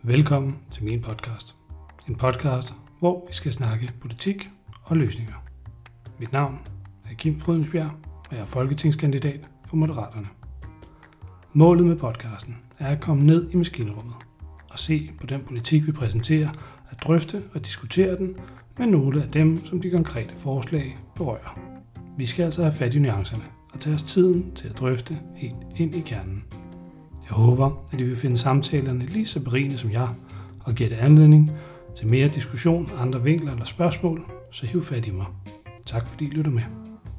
Velkommen til min podcast. En podcast, hvor vi skal snakke politik og løsninger. Mit navn er Kim Frydensbjerg, og jeg er folketingskandidat for Moderaterne. Målet med podcasten er at komme ned i maskinrummet og se på den politik, vi præsenterer, at drøfte og diskutere den med nogle af dem, som de konkrete forslag berører. Vi skal altså have fat i nuancerne og tage os tiden til at drøfte helt ind i kernen. Jeg håber, at I vil finde samtalerne lige så berigende som jeg, og giver det anledning til mere diskussion, andre vinkler eller spørgsmål, så hiv fat i mig. Tak fordi I lytter med.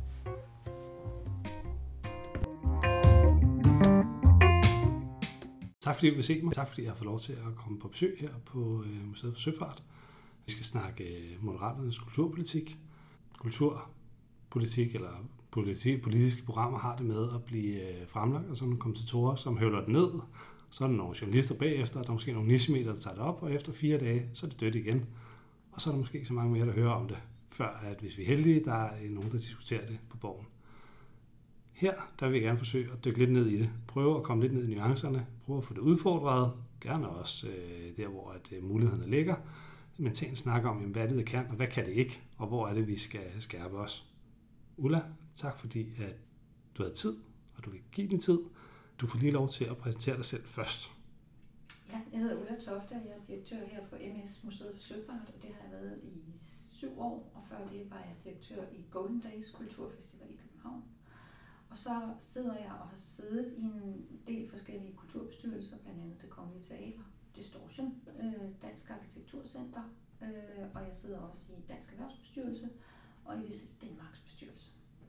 Tak fordi I vil se mig. Tak fordi jeg har fået lov til at komme på besøg her på Museet for Søfart. Vi skal snakke Moderaternes kulturpolitik. Kulturpolitik eller politiske programmer har det med at blive fremlagt, og så er nogle kommentatorer, som høvler det ned. Så er der nogle journalister bagefter, der er måske nogle nichemeter, der tager det op, og efter 4 dage, så er det dødt igen. Og så er der måske ikke så mange mere, der hører om det, før at hvis vi er heldige, der er nogen, der diskuterer det på Borgen. Her, der vil jeg gerne forsøge at dykke lidt ned i det. Prøve at komme lidt ned i nuancerne, prøve at få det udfordret, gerne også der, hvor at mulighederne ligger. Men til en snak om, hvad er det kan, og hvad kan det ikke, og hvor er det, vi skal skærpe os. Ulla, tak fordi at du havde tid, og du vil give din tid. Du får lige lov til at præsentere dig selv først. Ja, jeg hedder Ulla Tofte, og jeg er direktør her på MS Museet for Søfart, og det har jeg været i 7 år, og før det var jeg direktør i Golden Days Kulturfestival i København. Og så sidder jeg og har siddet i en del forskellige kulturbestyrelser, blandt andet Det Kongelige Teater, Distortion, Dansk Arkitekturcenter, og jeg sidder også i Dansk Erhvervsbestyrelse og i Visit Danmarks bestyrelse.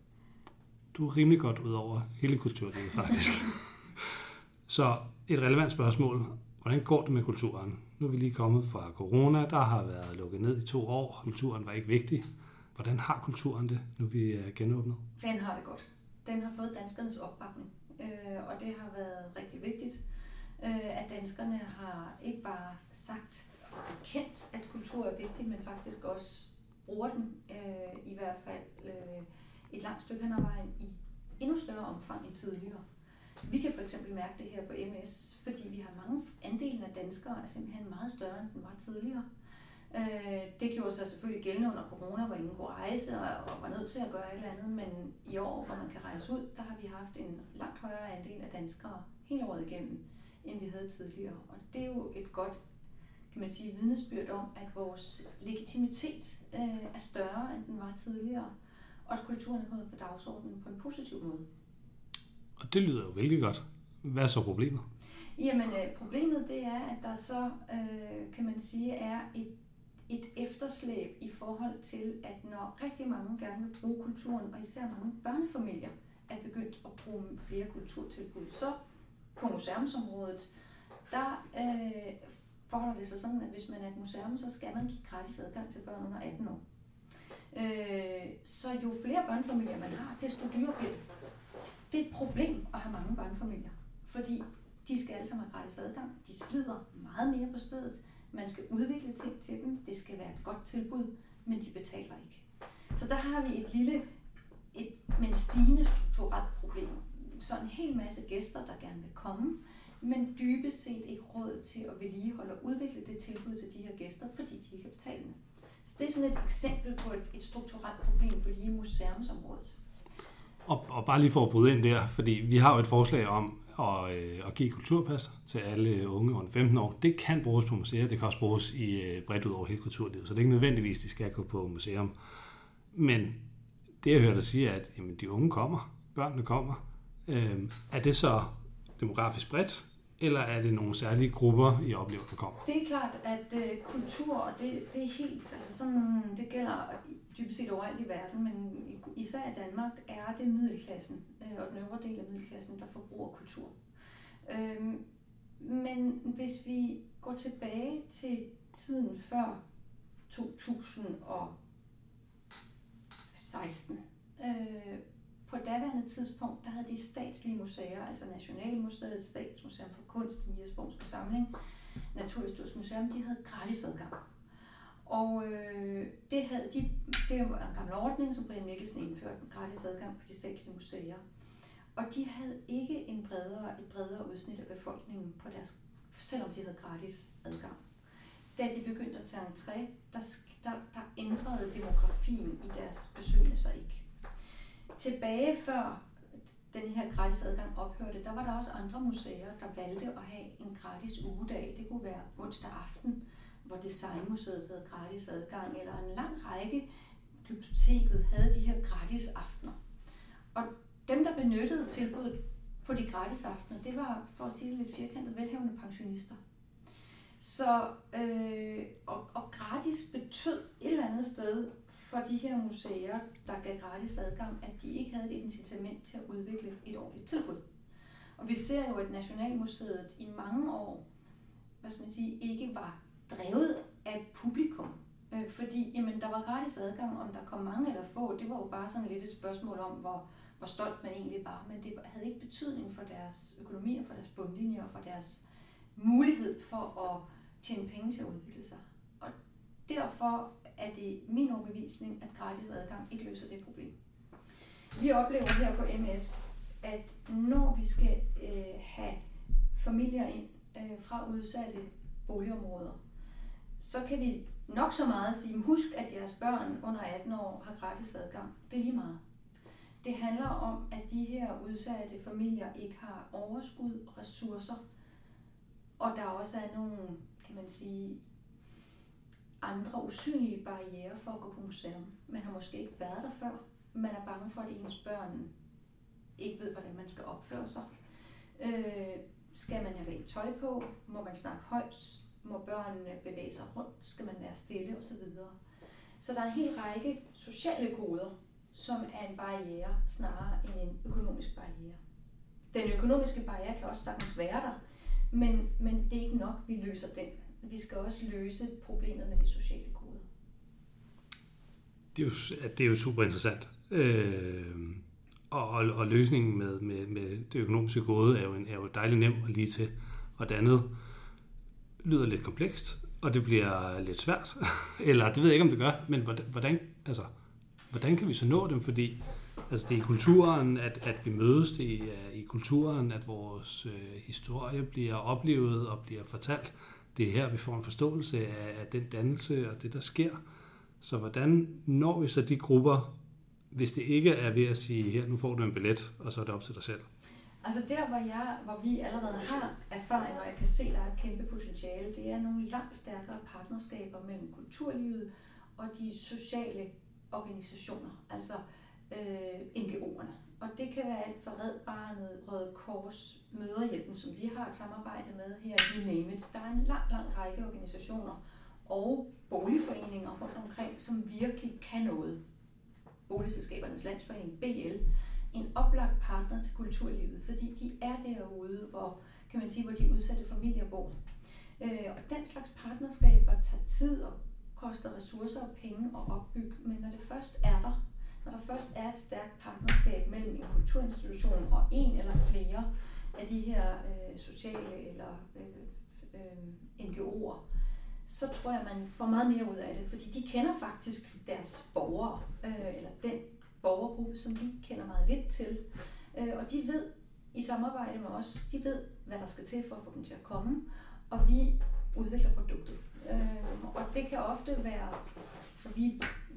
Du er rimelig godt ud over hele kulturlivet, faktisk. Så et relevant spørgsmål. Hvordan går det med kulturen? Nu er vi lige kommet fra corona, der har været lukket ned i 2 år. Kulturen var ikke vigtig. Hvordan har kulturen det, nu vi er genåbnet? Den har det godt. Den har fået danskernes opbakning, og det har været rigtig vigtigt, at danskerne har ikke bare sagt og kendt, at kultur er vigtig, men faktisk også bruger den, i hvert fald et langt stykke hen ad vejen i endnu større omfang end tidligere. Vi kan for eksempel mærke det her på MS, fordi vi har mange andelen af danskere er simpelthen meget større, end den var tidligere. Det gjorde sig selvfølgelig gældende under corona, hvor ingen kunne rejse og var nødt til at gøre et eller andet, men i år, hvor man kan rejse ud, der har vi haft en langt højere andel af danskere hele året igennem, end vi havde tidligere. Og det er jo et godt, kan man sige, vidnesbyrd om, at vores legitimitet er større, end den var tidligere, og at kulturen er kommet på dagsordenen på en positiv måde. Og det lyder jo vældig godt. Hvad er så problemet? Jamen, problemet det er, at der så, kan man sige, er et efterslæb i forhold til, at når rigtig mange gerne vil bruge kulturen, og især mange børnefamilier er begyndt at bruge flere kulturtilbud, så på museumsområdet, der forholder det sig sådan, at hvis man er et museum, så skal man give gratis adgang til børn under 18 år. Så jo flere børnefamilier man har, desto dyrere bliver det. Det er et problem at have mange børnefamilier, fordi de skal alle sammen have gratis adgang. De slider meget mere på stedet. Man skal udvikle ting til dem. Det skal være et godt tilbud, men de betaler ikke. Så der har vi men stigende strukturelt problem. Så en hel masse gæster, der gerne vil komme, men dybest set ikke råd til at vedligeholde og udvikle det tilbud til de her gæster, fordi de ikke kan betale det. Så det er sådan et eksempel på et strukturelt problem på lige museumsområdet. Og bare lige for at bryde ind der, fordi vi har jo et forslag om at give kulturpas til alle unge under 15 år. Det kan bruges på museer, det kan også bruges bredt ud over hele kulturlivet, så det er ikke nødvendigvis, de skal gå på museum. Men det jeg hører dig sige, er, at jamen, de unge kommer, børnene kommer. Er det så demografisk bredt, eller er det nogle særlige grupper, I oplever, der kommer? Det er klart, at kultur, og det er helt, altså sådan, det gælder dybest set overalt i verden, men især i Danmark er det middelklassen og den øvre del af middelklassen, der forbruger kultur. Men hvis vi går tilbage til tiden før 2016, på daværende tidspunkt, der havde de statslige museer, altså Nationalmuseet, Statsmuseum for Kunst, den Jægersborgske Samling, Naturhistorisk Museum, de havde gratis adgang. Og det var en gammel ordning, som Brian Mikkelsen indførte, en gratis adgang på de statslige museer. Og de havde ikke et bredere udsnit af befolkningen på deres selvom de havde gratis adgang. Da de begyndte at tage entré, der ændrede demografien i deres besøgende sig ikke. Tilbage før den her gratis adgang ophørte, der var der også andre museer, der valgte at have en gratis ugedag. Det kunne være onsdag aften, hvor Designmuseet havde gratis adgang, eller en lang række biblioteket havde de her gratis aftener. Og dem, der benyttede tilbuddet på de gratis aftener, det var, for at sige det lidt firkantet, velhavende pensionister. Så, og gratis betød et eller andet sted for de her museer, der gav gratis adgang, at de ikke havde et incitament til at udvikle et ordentligt tilbud. Og vi ser jo, at Nationalmuseet i mange år, ikke var drevet af publikum. Fordi jamen, der var gratis adgang, om der kom mange eller få, det var jo bare sådan lidt et spørgsmål om, hvor stolt man egentlig var. Men det havde ikke betydning for deres økonomi og for deres bundlinjer og for deres mulighed for at tjene penge til at udvikle sig. Og derfor er det min overbevisning, at gratis adgang ikke løser det problem. Vi oplever her på MS, at når vi skal have familier ind fra udsatte boligområder, så kan vi nok så meget sige, husk at jeres børn under 18 år har gratis adgang. Det er lige meget. Det handler om, at de her udsatte familier ikke har overskud, ressourcer, og der også er nogle, kan man sige, andre usynlige barrierer for at gå på museum. Man har måske ikke været der før. Man er bange for, at ens børn ikke ved, hvordan man skal opføre sig. Skal man have rent tøj på? Må man snakke højt? Må børnene bevæge sig rundt? Skal man være stille? Osv. Så der er en hel række sociale goder, som er en barriere snarere end en økonomisk barriere. Den økonomiske barriere kan også sagtens være der, men det er ikke nok, vi løser den. Vi skal også løse problemet med de sociale goder. Det er jo super interessant. Og løsningen med det økonomiske gode er jo dejligt nem og lige til. Og det andet lyder lidt komplekst, og det bliver lidt svært. Eller det ved jeg ikke, om det gør, men hvordan kan vi så nå dem? Fordi det er i kulturen, at vi mødes, det er i kulturen, at vores historie bliver oplevet og bliver fortalt. Det er her, vi får en forståelse af den dannelse og det, der sker. Så hvordan når vi så de grupper, hvis det ikke er ved at sige, her, nu får du en billet, og så er det op til dig selv? Altså der, hvor vi allerede har erfaring, og jeg kan se, der er et kæmpe potentiale, det er nogle langt stærkere partnerskaber mellem kulturlivet og de sociale organisationer, altså NGO'erne. Og det kan være alt fra Red Barnet, Røde Kors, Mødrehjælpen, som vi har et samarbejde med her i You Name It. Der er en lang række organisationer og boligforeninger rundt omkring, som virkelig kan noget. Boligselskabernes Landsforening, BL, en oplagt partner til kulturlivet, fordi de er derude, hvor de udsatte familier bor. Og den slags partnerskaber tager tid og koster ressourcer og penge at opbygge, men når det først er der, når der først er et stærkt partnerskab mellem en kulturinstitution og en eller flere af de her sociale eller NGO'er, så tror jeg, man får meget mere ud af det, fordi de kender faktisk deres borgere, eller den borgergruppe, som vi kender meget lidt til. Og de ved i samarbejde med os, de ved, hvad der skal til for at få dem til at komme, og vi udvikler produktet. Og det kan ofte være, så vi,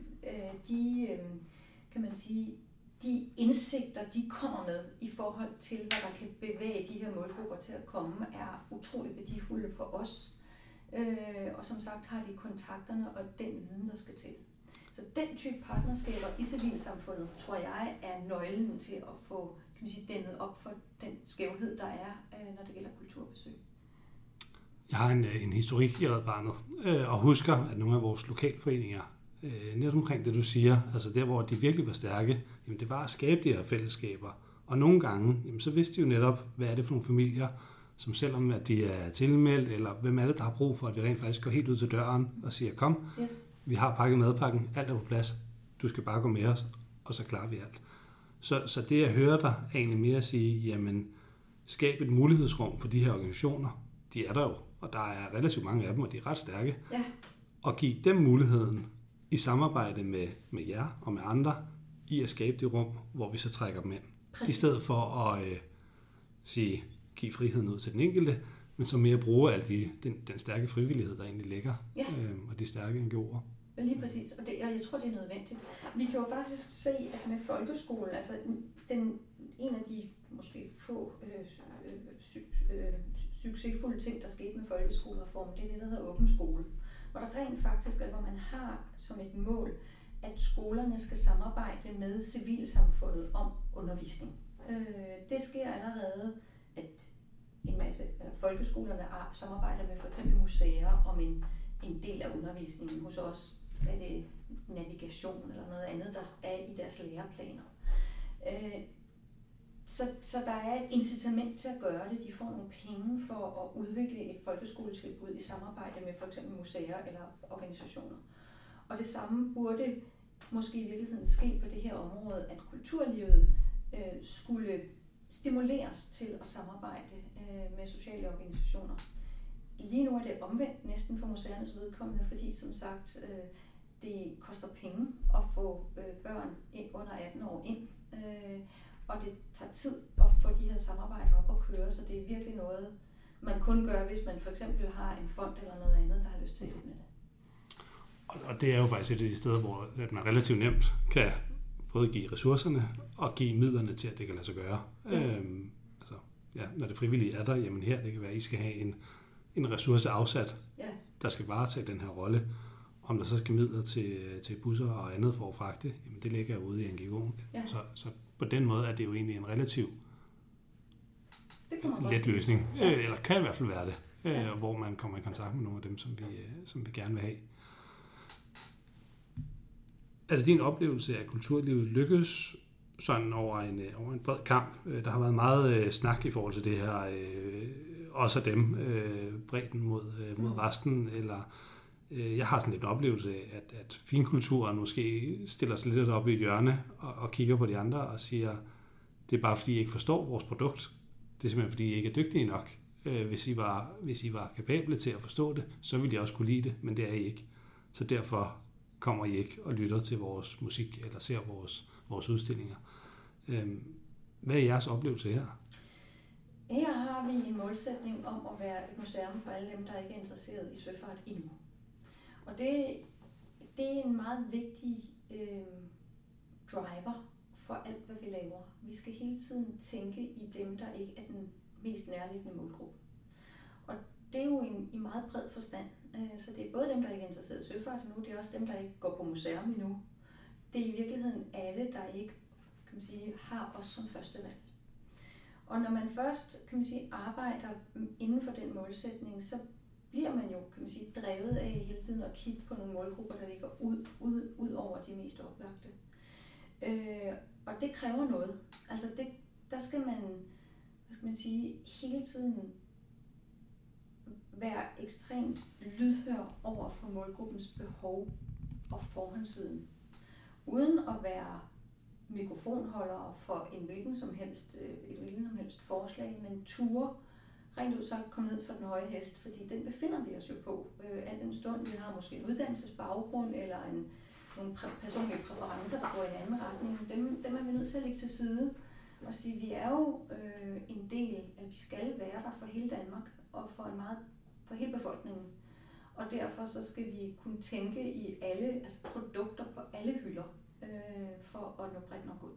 de indsigter, de kommer med i forhold til, hvad der kan bevæge de her målgrupper til at komme, er utroligt værdifulde for os. Og som sagt har de kontakterne og den viden, der skal til. Så den type partnerskaber i civilsamfundet, tror jeg, er nøglen til at få dæmmet op for den skævhed, der er, når det gælder kulturbesøg. Jeg har en historik i Red Barnet, og husker, at nogle af vores lokalforeninger, netop omkring det, du siger, altså der, hvor de virkelig var stærke, jamen det var at skabe de her fællesskaber. Og nogle gange, jamen så vidste de jo netop, hvad er det for nogle familier, som selvom at de er tilmeldt, eller hvem er det, der har brug for, at vi rent faktisk går helt ud til døren og siger, kom, yes. Vi har pakket madpakken, alt er på plads, du skal bare gå med os, og så klarer vi alt. Så det, jeg hører dig, er egentlig mere at sige, jamen, skab et mulighedsrum for de her organisationer, de er der jo, og der er relativt mange af dem, og de er ret stærke, ja. Og give dem muligheden i samarbejde med jer og med andre, i at skabe det rum, hvor vi så trækker dem ind. Præcis. I stedet for at sige, give friheden ud til den enkelte, men så mere bruger alt den stærke frivillighed, der egentlig ligger, Ja. Og de stærke NGO'er. Lige præcis, og jeg tror, det er nødvendigt. Vi kan jo faktisk se, at med folkeskolen, altså en af de måske få succesfulde ting, der skete med folkeskolereformen, det er det, der hedder åben skole. Hvor der rent faktisk, hvor man har som et mål, at skolerne skal samarbejde med civilsamfundet om undervisning. Det sker allerede, at folkeskolerne samarbejder med f.eks. museer om en del af undervisningen. Hos os er det navigation eller noget andet, der er i deres læreplaner. Så der er et incitament til at gøre det. De får nogle penge for at udvikle et folkeskoletilbud i samarbejde med f.eks. museer eller organisationer. Og det samme burde måske i virkeligheden ske på det her område, at kulturlivet skulle stimuleres til at samarbejde med sociale organisationer. Lige nu er det omvendt næsten for museernes vedkommende, fordi som sagt, det koster penge at få børn under 18 år ind, og det tager tid at få de her samarbejder op at køre, så det er virkelig noget, man kun gør, hvis man for eksempel har en fond eller noget andet, der har lyst til at hjælpe med det. Og det er jo faktisk et af de steder, hvor man relativt nemt kan både give ressourcerne og give midlerne til, at det kan lade sig gøre. Ja. Når det frivillige er der, jamen her, det kan være, at I skal have en ressource afsat, der skal varetage den her rolle. Om der så skal midler til busser og andet for at fragte, jamen det ligger ude i NGO'en. Ja. Så på den måde er det jo egentlig en relativt let løsning, eller kan i hvert fald være det, hvor man kommer i kontakt med nogle af dem, som vi gerne vil have. Er det din oplevelse, at kulturlivet lykkes sådan over en bred kamp? Der har været meget snak i forhold til det her, også af dem, bredden mod resten, eller jeg har sådan lidt en oplevelse af, at finkulturen måske stiller sig lidt op i et hjørne og kigger på de andre og siger, det er bare fordi I ikke forstår vores produkt. Det er simpelthen fordi I ikke er dygtige nok. Hvis I var kapable til at forstå det, så ville I også kunne lide det, men det er I ikke. Så derfor kommer I ikke og lytter til vores musik eller ser vores udstillinger. Hvad er jeres oplevelse her? Her har vi en målsætning om at være et museum for alle dem, der ikke er interesseret i søfart endnu. Og det er en meget vigtig driver for alt, hvad vi laver. Vi skal hele tiden tænke i dem, der ikke er den mest nærliggende målgruppe. Og det er jo i meget bred forstand. Så det er både dem, der ikke er interesseret i søfart endnu, det er også dem, der ikke går på museum endnu. Det er i virkeligheden alle, der ikke har os som første valg. Og når man først arbejder inden for den målsætning, så bliver man jo drevet af hele tiden at kigge på nogle målgrupper, der ligger ud over de mest oplagte. Og det kræver noget. Altså der skal man hele tiden være ekstremt lydhør over for målgruppens behov og forhåndsviden. Uden at være mikrofonholdere for et hvilken som helst forslag, men ture rent ud sagt komme ned for den høje hest, fordi den befinder vi os jo på. Al den stund, vi har måske en uddannelsesbaggrund eller nogle personlige præferencer, der går i en anden retning, dem er vi nødt til at lægge til side og sige, at vi er jo en del, at vi skal være der for hele Danmark og for hele befolkningen. Og derfor så skal vi kunne tænke i alle produkter på alle hylder for at nå bredt nok ud.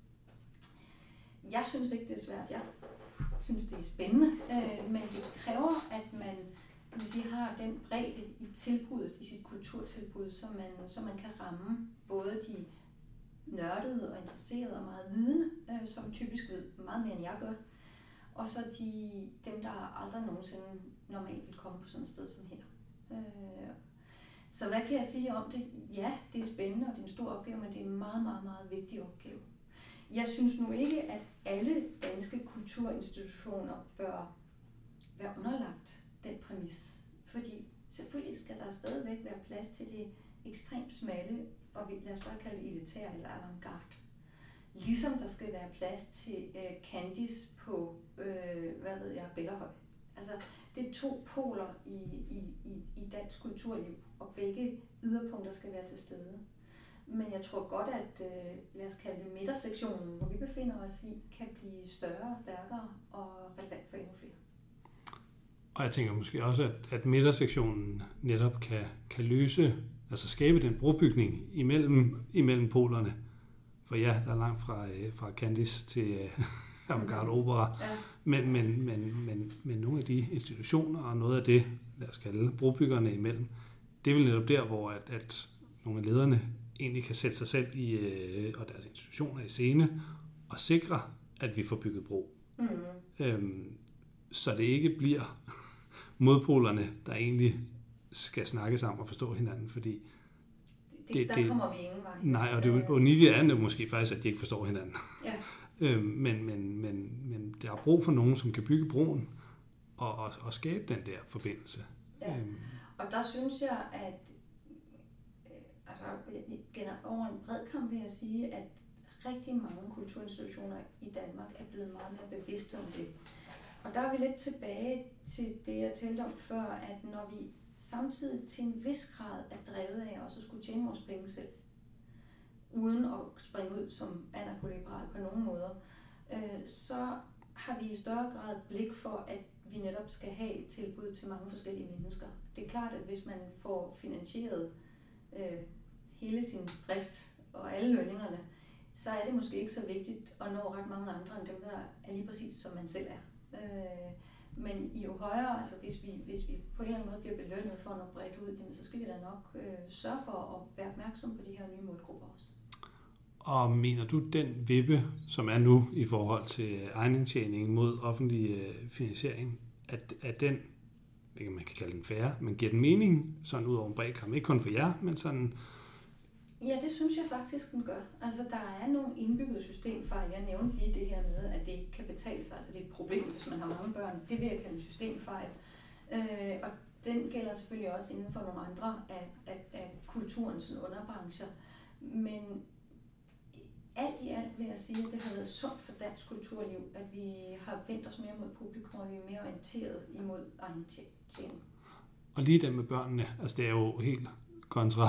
Jeg synes ikke, det er svært. Jeg synes, det er spændende, men det kræver, at man har den bredde i tilbuddet, i sit kulturtilbud, så man kan ramme både de nørdede og interesserede og meget vidende, som typisk ved meget mere end jeg gør, og så dem, der aldrig nogensinde normalt vil komme på sådan et sted som her. Så hvad kan jeg sige om det? Ja, det er spændende, og det er en stor opgave, men det er en meget, meget, meget vigtig opgave. Jeg synes nu ikke, at alle danske kulturinstitutioner bør være underlagt den præmis. Fordi selvfølgelig skal der stadigvæk være plads til det ekstremt smalle, og lad os bare kalde det elitær eller avantgarde. Ligesom der skal være plads til Candice på, Bellerhøj. Altså, det er 2 poler i dansk kulturliv, og begge yderpunkter skal være til stede. Men jeg tror godt, at lad os kalde det midtersektionen, hvor vi befinder os i, kan blive større og stærkere og relevant for endnu flere. Og jeg tænker måske også, at midtersektionen netop kan løse, altså skabe den brobygning imellem polerne. For ja, der er langt fra Candice til Avantgarde Opera. Ja. Men nogle af de institutioner og noget af det, lad os kalde brobyggerne imellem, det er vel netop der, hvor at nogle af lederne egentlig kan sætte sig selv og deres institutioner i scene og sikre, at vi får bygget bro. Så det ikke bliver modpolerne, der egentlig skal snakke sammen og forstå hinanden, fordi der kommer vi ingen vej. Nej, og det unikke er det måske faktisk, at de ikke forstår hinanden. Ja. Men der er brug for nogen, som kan bygge broen og skabe den der forbindelse. Ja. Og der synes jeg, at over en bred kamp vil jeg sige, at rigtig mange kulturinstitutioner i Danmark er blevet meget mere bevidste om det. Og der er vi lidt tilbage til det, jeg talte om før, at når vi samtidig til en vis grad er drevet af også at skulle tjene vores penge selv, uden at springe ud som anarkoliberal på nogen måder, så har vi i større grad blik for, at vi netop skal have et tilbud til mange forskellige mennesker. Det er klart, at hvis man får finansieret hele sin drift og alle lønningerne, så er det måske ikke så vigtigt at nå ret mange andre end dem, der er lige præcis som man selv er. Men i jo højere, altså hvis vi på en eller anden måde bliver belønnet for at nå bredt ud, jamen, så skal vi da nok sørge for at være opmærksom på de her nye målgrupper også. Og mener du, den vippe, som er nu i forhold til egenindtjening mod offentlig finansiering, at den, man kan kalde den fair, men giver den mening sådan ud over en bred kam, ikke kun for jer, men sådan... Ja, det synes jeg faktisk, den gør. Altså, der er nogle indbyggede systemfejl. Jeg nævnte lige det her med, at det ikke kan betale sig. Altså, det er et problem, hvis man har mange børn. Det vil jeg kalde en systemfejl. Og den gælder selvfølgelig også inden for nogle andre af kulturens underbrancher. Men alt i alt vil jeg sige, at det har været sundt for dansk kulturliv, at vi har vendt os mere mod publikum, og vi er mere orienteret imod egen tjening. Og lige den med børnene, altså det er jo helt kontra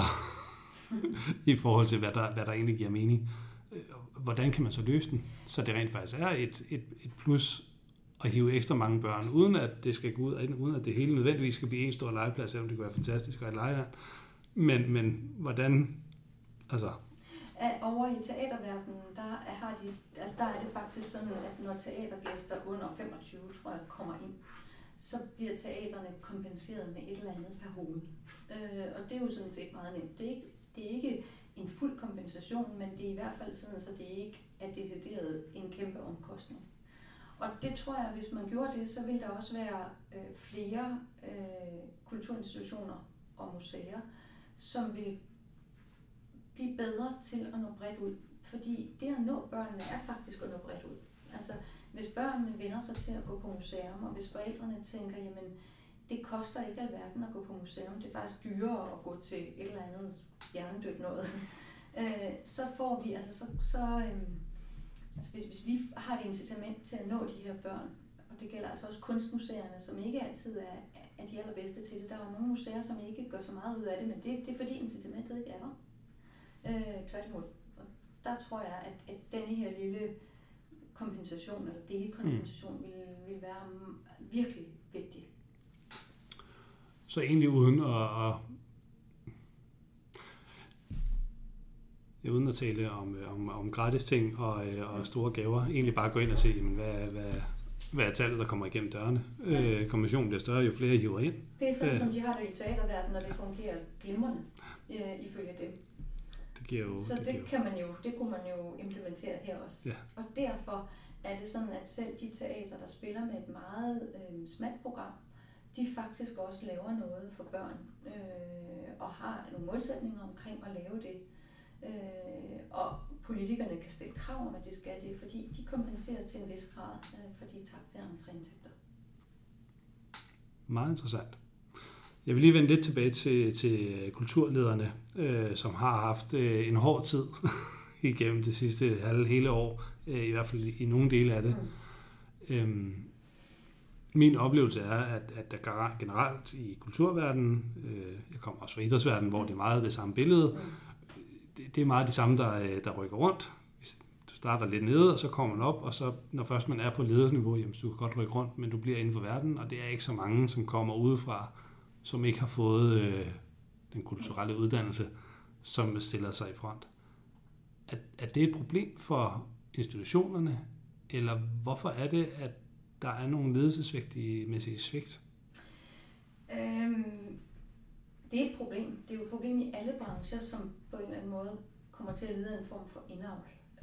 i forhold til, hvad der egentlig giver mening. Hvordan kan man så løse den, så det rent faktisk er et plus at hive ekstra mange børn, uden at det skal gå ud, uden at det hele nødvendigvis skal blive en stor legeplads, selvom det kunne være fantastisk og et legeland. Men hvordan, altså... Over i teaterverdenen, der er det faktisk sådan, at når teatergæster under 25, tror jeg, kommer ind, så bliver teaterne kompenseret med et eller andet per hoved. Og det er jo sådan set meget nemt. Det er ikke en fuld kompensation, men det er i hvert fald sådan, så det ikke er decideret en kæmpe omkostning. Og det tror jeg, hvis man gjorde det, så vil der også være flere kulturinstitutioner og museer, som vil blive bedre til at nå bredt ud. Fordi det at nå børnene er faktisk at nå bredt ud. Altså, hvis børnene vender sig til at gå på museum, og hvis forældrene tænker, jamen, det koster ikke alverden at gå på museum, det er faktisk dyrere at gå til et eller andet hjernedødt noget, så får vi, altså, hvis vi har et incitament til at nå de her børn, og det gælder altså også kunstmuseerne, som ikke altid er de allerbedste til det. Der er jo nogle museer, som ikke gør så meget ud af det, men det er fordi incitamentet ikke er der. Tværtimod. Og der tror jeg, at denne her lille kompensation, eller delkompensation, vil være virkelig vigtig. Så egentlig uden at tale om gratis ting og store gaver, egentlig bare gå ind og se, jamen, hvad er tallet, der kommer igennem dørene. Kommissionen bliver større, jo flere hiver ind. Det er sådan, som de har det i teaterverdenen, og det fungerer glimrende ifølge dem. Det kunne man jo implementere her også. Ja. Og derfor er det sådan, at selv de teater, der spiller med et meget smalt program, de faktisk også laver noget for børn, og har nogle målsætninger omkring at lave det. Og politikerne kan stille krav om, at de skal det, fordi de kompenseres til en vis grad for de tabte entréindtægter. Meget interessant. Jeg vil lige vende lidt tilbage til kulturlederne, som har haft en hård tid igennem det sidste hele år, i hvert fald i nogle dele af det. Min oplevelse er, at der generelt i kulturverdenen, jeg kommer også fra idrætsverdenen, hvor det er meget det samme billede, det er meget de samme, der rykker rundt. Hvis du starter lidt nede, og så kommer man op, og så når først man er på ledersniveau, jamen, så du kan godt rykke rundt, men du bliver inden for verden, og det er ikke så mange, som kommer udefra, som ikke har fået den kulturelle uddannelse, som stiller sig i front. Er det et problem for institutionerne, eller hvorfor er det, at der er nogle ledelsesmæssige svigt? Det er et problem. Det er jo et problem i alle brancher, som på en eller anden måde kommer til at lide af en form for indavl.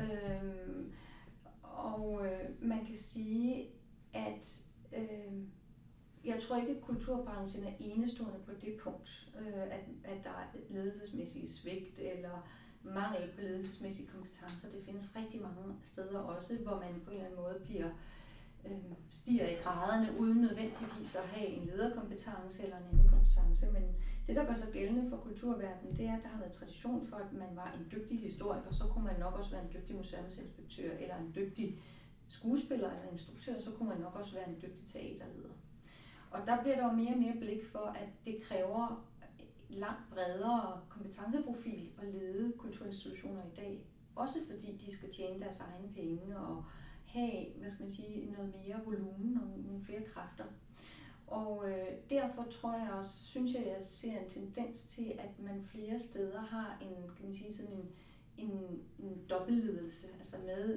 Man kan sige, at jeg tror ikke, at kulturbranchen er enestående på det punkt, at der er ledelsesmæssige svigt eller mangel på ledelsesmæssige kompetencer. Det findes rigtig mange steder også, hvor man på en eller anden måde stiger i graderne uden nødvendigvis at have en lederkompetence eller en anden kompetence. Men det, der gør sig gældende for kulturverdenen, det er, at der har været tradition for, at man var en dygtig historiker, så kunne man nok også være en dygtig museumsinspektør eller en dygtig skuespiller eller instruktør, så kunne man nok også være en dygtig teaterleder. Og der bliver der jo mere og mere blik for, at det kræver langt bredere kompetenceprofil at lede kulturinstitutioner i dag. Også fordi de skal tjene deres egne penge og have, noget mere volumen og nogle flere kræfter. Og derfor tror jeg også, synes jeg ser en tendens til, at man flere steder har en dobbeltledelse, altså med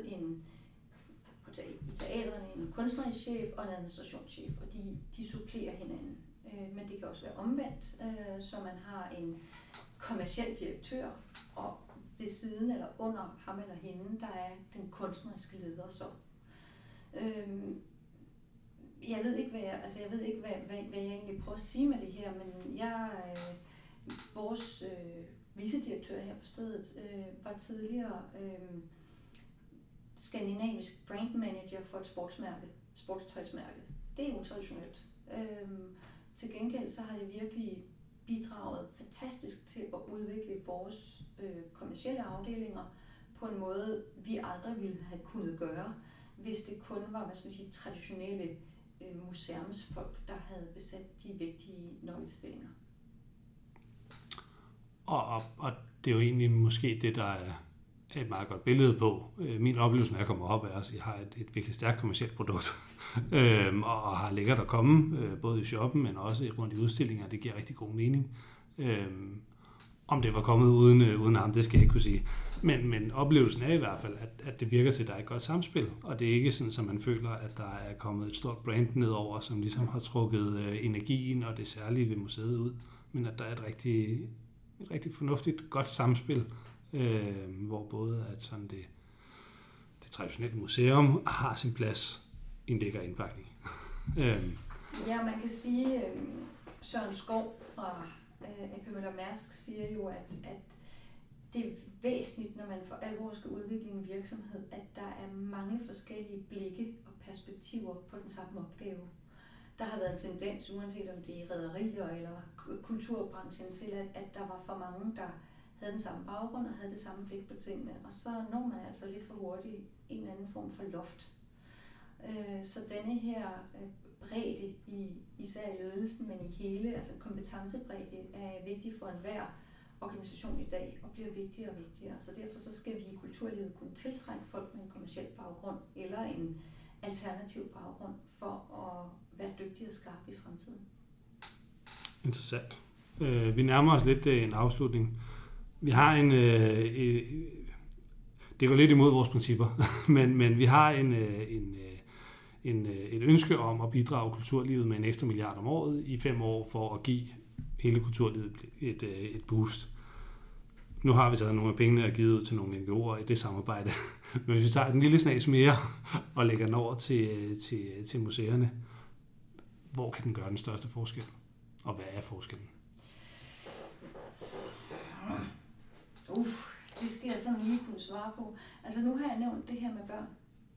i teaterne en kunstnerisk chef og en administrationschef, og de supplerer hinanden. Men det kan også være omvendt, så man har en kommerciel direktør, og ved siden eller under ham eller hende, der er den kunstneriske leder så. Jeg ved ikke, hvad jeg egentlig prøver at sige med det her, men vores vicedirektør her på stedet var tidligere skandinavisk brand manager for et sportstøjsmærke. Det er utraditionelt. Til gengæld så har det virkelig bidraget fantastisk til at udvikle vores kommercielle afdelinger på en måde, vi aldrig ville have kunnet gøre, hvis det kun var traditionelle museumsfolk, der havde besat de vigtige nøglestillinger. Og det er jo egentlig måske det, der er et meget godt billede på. Min oplevelse, når jeg kommer op, er også, at jeg har et virkelig stærkt kommercielt produkt, og har lækkert at komme, både i shoppen, men også rundt i udstillinger. Det giver rigtig god mening. Om det var kommet uden ham, det skal jeg ikke kunne sige. Men oplevelsen er i hvert fald, at det virker til, at der er et godt samspil, og det er ikke sådan, at man føler, at der er kommet et stort brand nedover, som ligesom har trukket energien og det særlige ved museet ud, men at der er et rigtig fornuftigt, godt samspil, hvor både at sådan det traditionelle museum har sin plads i en lækker indpakning. Ja, man kan sige, Søren Skov fra AP Møller Mærsk siger jo, at det er væsentligt, når man for alvor skal udvikle en virksomhed, at der er mange forskellige blikke og perspektiver på den samme opgave. Der har været en tendens, uanset om det er rederier eller kulturbranchen, til at der var for mange, der havde den samme baggrund og havde det samme blik på tingene, og så når man altså lidt for hurtigt en eller anden form for loft. Så denne her bredde i især i ledelsen, men i hele, altså kompetencebredde, er vigtig for enhver organisation i dag og bliver vigtigere og vigtigere. Så derfor så skal vi i kulturlivet kunne tiltrække folk med en kommerciel baggrund eller en alternativ baggrund for at være dygtige og skarpe i fremtiden. Interessant. Vi nærmer os lidt en afslutning. Vi har det går lidt imod vores principper, men vi har et ønske om at bidrage kulturlivet med en ekstra milliard om året i 5 år for at give hele kulturlivet et boost. Nu har vi taget nogle af pengene og givet ud til nogle NGO'er i det samarbejde, men hvis vi tager en lille snas mere og lægger den over til museerne, hvor kan den gøre den største forskel? Og hvad er forskellen? Det skal jeg sådan lige kunne svare på. Altså nu har jeg nævnt det her med børn.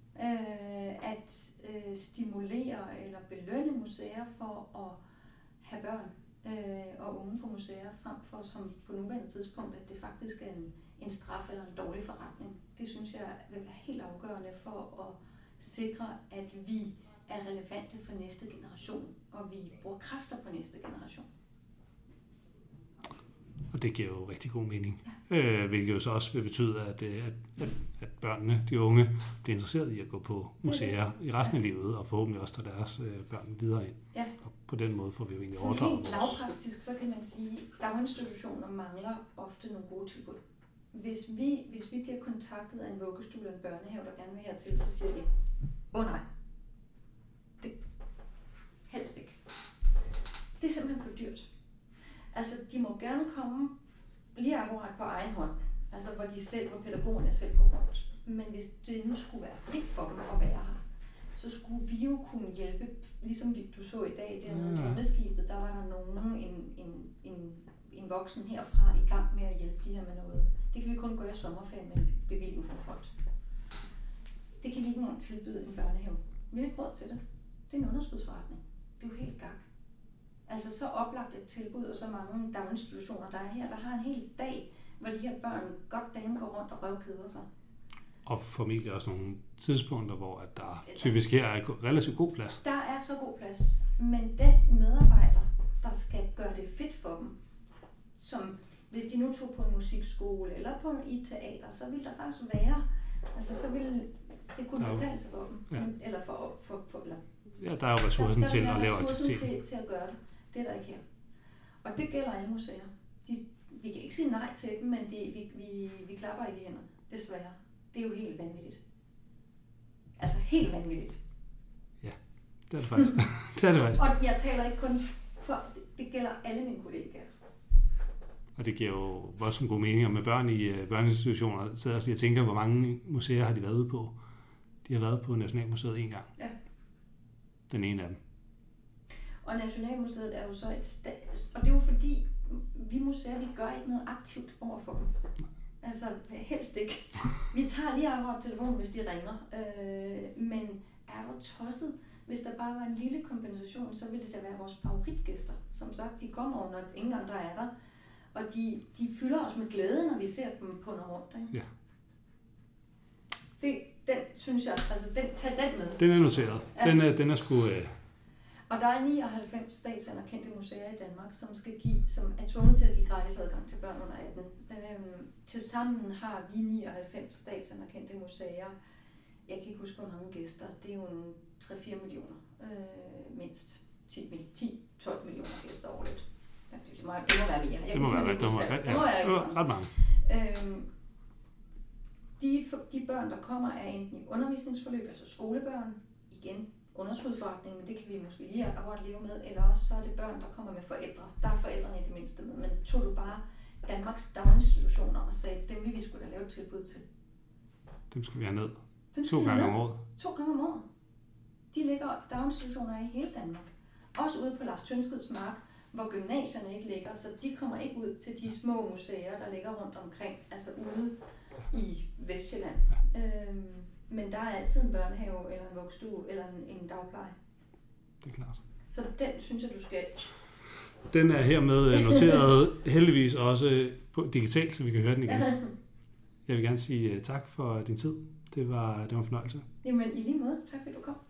At stimulere eller belønne museer for at have børn og unge på museer, frem for som på nuværende tidspunkt, at det faktisk er en straf eller en dårlig forretning. Det synes jeg vil være helt afgørende for at sikre, at vi er relevante for næste generation, og vi bruger kræfter på næste generation. Og det giver jo rigtig god mening. Ja. Hvilket jo så også vil betyde, at børnene, de unge, bliver interesseret i at gå på museer i resten af livet, og forhåbentlig også tage deres børn videre ind. Ja. Og på den måde får vi jo egentlig så overdraget helt lavpraktisk, så kan man sige, at daginstitutioner mangler ofte nogle gode tilbud. Hvis vi bliver kontaktet af en vuggestue eller en børnehave, der gerne vil hertil, så siger de, nej, det helst ikke. Det er simpelthen for dyrt. Altså, de må gerne komme lige akkurat på egen hånd, altså hvor de selv, hvor pædagogerne selv går rundt. Men hvis det nu skulle være frit for dem at være her, så skulle vi jo kunne hjælpe, ligesom du så i dag dernede i drømmeskibet, der var der nogen, en voksen herfra i gang med at hjælpe de her med noget. Det kan vi kun gøre i sommerferien med en bevilling fra en fond. Det kan vi ikke engang tilbyde en børnehave. Vi har ikke råd til det. Det er en underskudsforretning. Det er jo helt gak. Altså så oplagt et tilbud, og så mange daginstitutioner, der er her, der har en hel dag, hvor de her børn godt dame går rundt og røvkeder sig. Og formentlig også nogle tidspunkter, hvor at der typisk her er relativt god plads. Der er så god plads, men den medarbejder, der skal gøre det fedt for dem, som hvis de nu tog på en musikskole eller på et teater, så ville der faktisk være, altså så ville det kunne betale sig for dem. Ja. Eller eller ja, der er jo ressourcen til at lave aktivitet. Til at gøre det. Det er der ikke her. Og det gælder alle museer. Vi kan ikke sige nej til dem, men vi klapper ikke i hænderne, desværre. Det er jo helt vanvittigt. Altså helt vanvittigt. Ja, det er det faktisk. Det er det faktisk. Og jeg taler ikke kun for, det gælder alle mine kollegaer. Og det giver jo voldsomt god mening, og med børn i børneinstitutioner, så jeg tænker, hvor mange museer har de været ude på? De har været på Nationalmuseet en gang. Ja. Den ene af dem. Og Nationalmuseet er jo så og det er jo fordi, vi museer, vi gør ikke noget aktivt over for dem. Altså, helst ikke. Vi tager lige akkurat telefonen, hvis de ringer. Men er du tosset? Hvis der bare var en lille kompensation, så ville det da være vores favoritgæster. Som sagt, de kommer under ingen andre er der. Og de fylder os med glæde, når vi ser dem på noget rundt. Ikke? Ja. Den synes jeg, altså tag den med. Den er noteret. Ja. Den er sgu... Og der er 99 statsanerkendte museer i Danmark, som er tvunget til at give gratis adgang til børn under 18. Tilsammen har vi 99 statsanerkendte museer. Jeg kan ikke huske, hvor mange gæster. Det er jo 3-4 millioner, mindst 10-12 millioner gæster årligt. Det må være mere. Det må være ret mange. De børn, der kommer, er enten i undervisningsforløb, altså skolebørn, igen underskudsforretning, men det kan vi måske lige akkurat leve med, eller også så er det børn, der kommer med forældre. Der er forældrene i det mindste med, men tog du bare Danmarks daginstitutioner og sagde, dem vil vi skulle da lave et tilbud til. Dem skal vi have ned. 2 gange om året. 2 gange om året. De ligger daginstitutioner i hele Danmark. Også ude på Lars Tønskeds mark, hvor gymnasierne ikke ligger, så de kommer ikke ud til de små museer, der ligger rundt omkring, altså ude i Vestjylland. Men der er altid en børnehave, eller en vuggestue, eller en dagpleje. Det er klart. Så den synes jeg, du skal... Den er hermed noteret heldigvis også digitalt, så vi kan høre den igen. Jeg vil gerne sige tak for din tid. Det var en fornøjelse. Jamen i lige måde. Tak fordi du kom.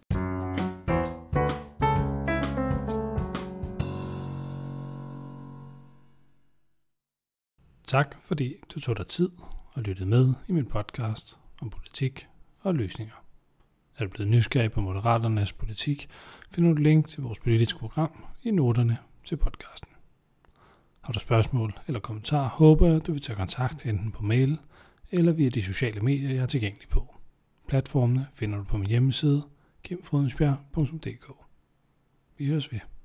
Tak fordi du tog dig tid og lyttede med i min podcast om politik og løsninger. Er du blevet nysgerrig på Moderaternes politik, finder du link til vores politiske program i noterne til podcasten. Har du spørgsmål eller kommentarer, håber jeg, du vil tage kontakt enten på mail eller via de sociale medier, jeg er tilgængelig på. Platformene finder du på min hjemmeside kimfrodensbjerg.dk. Vi høres ved.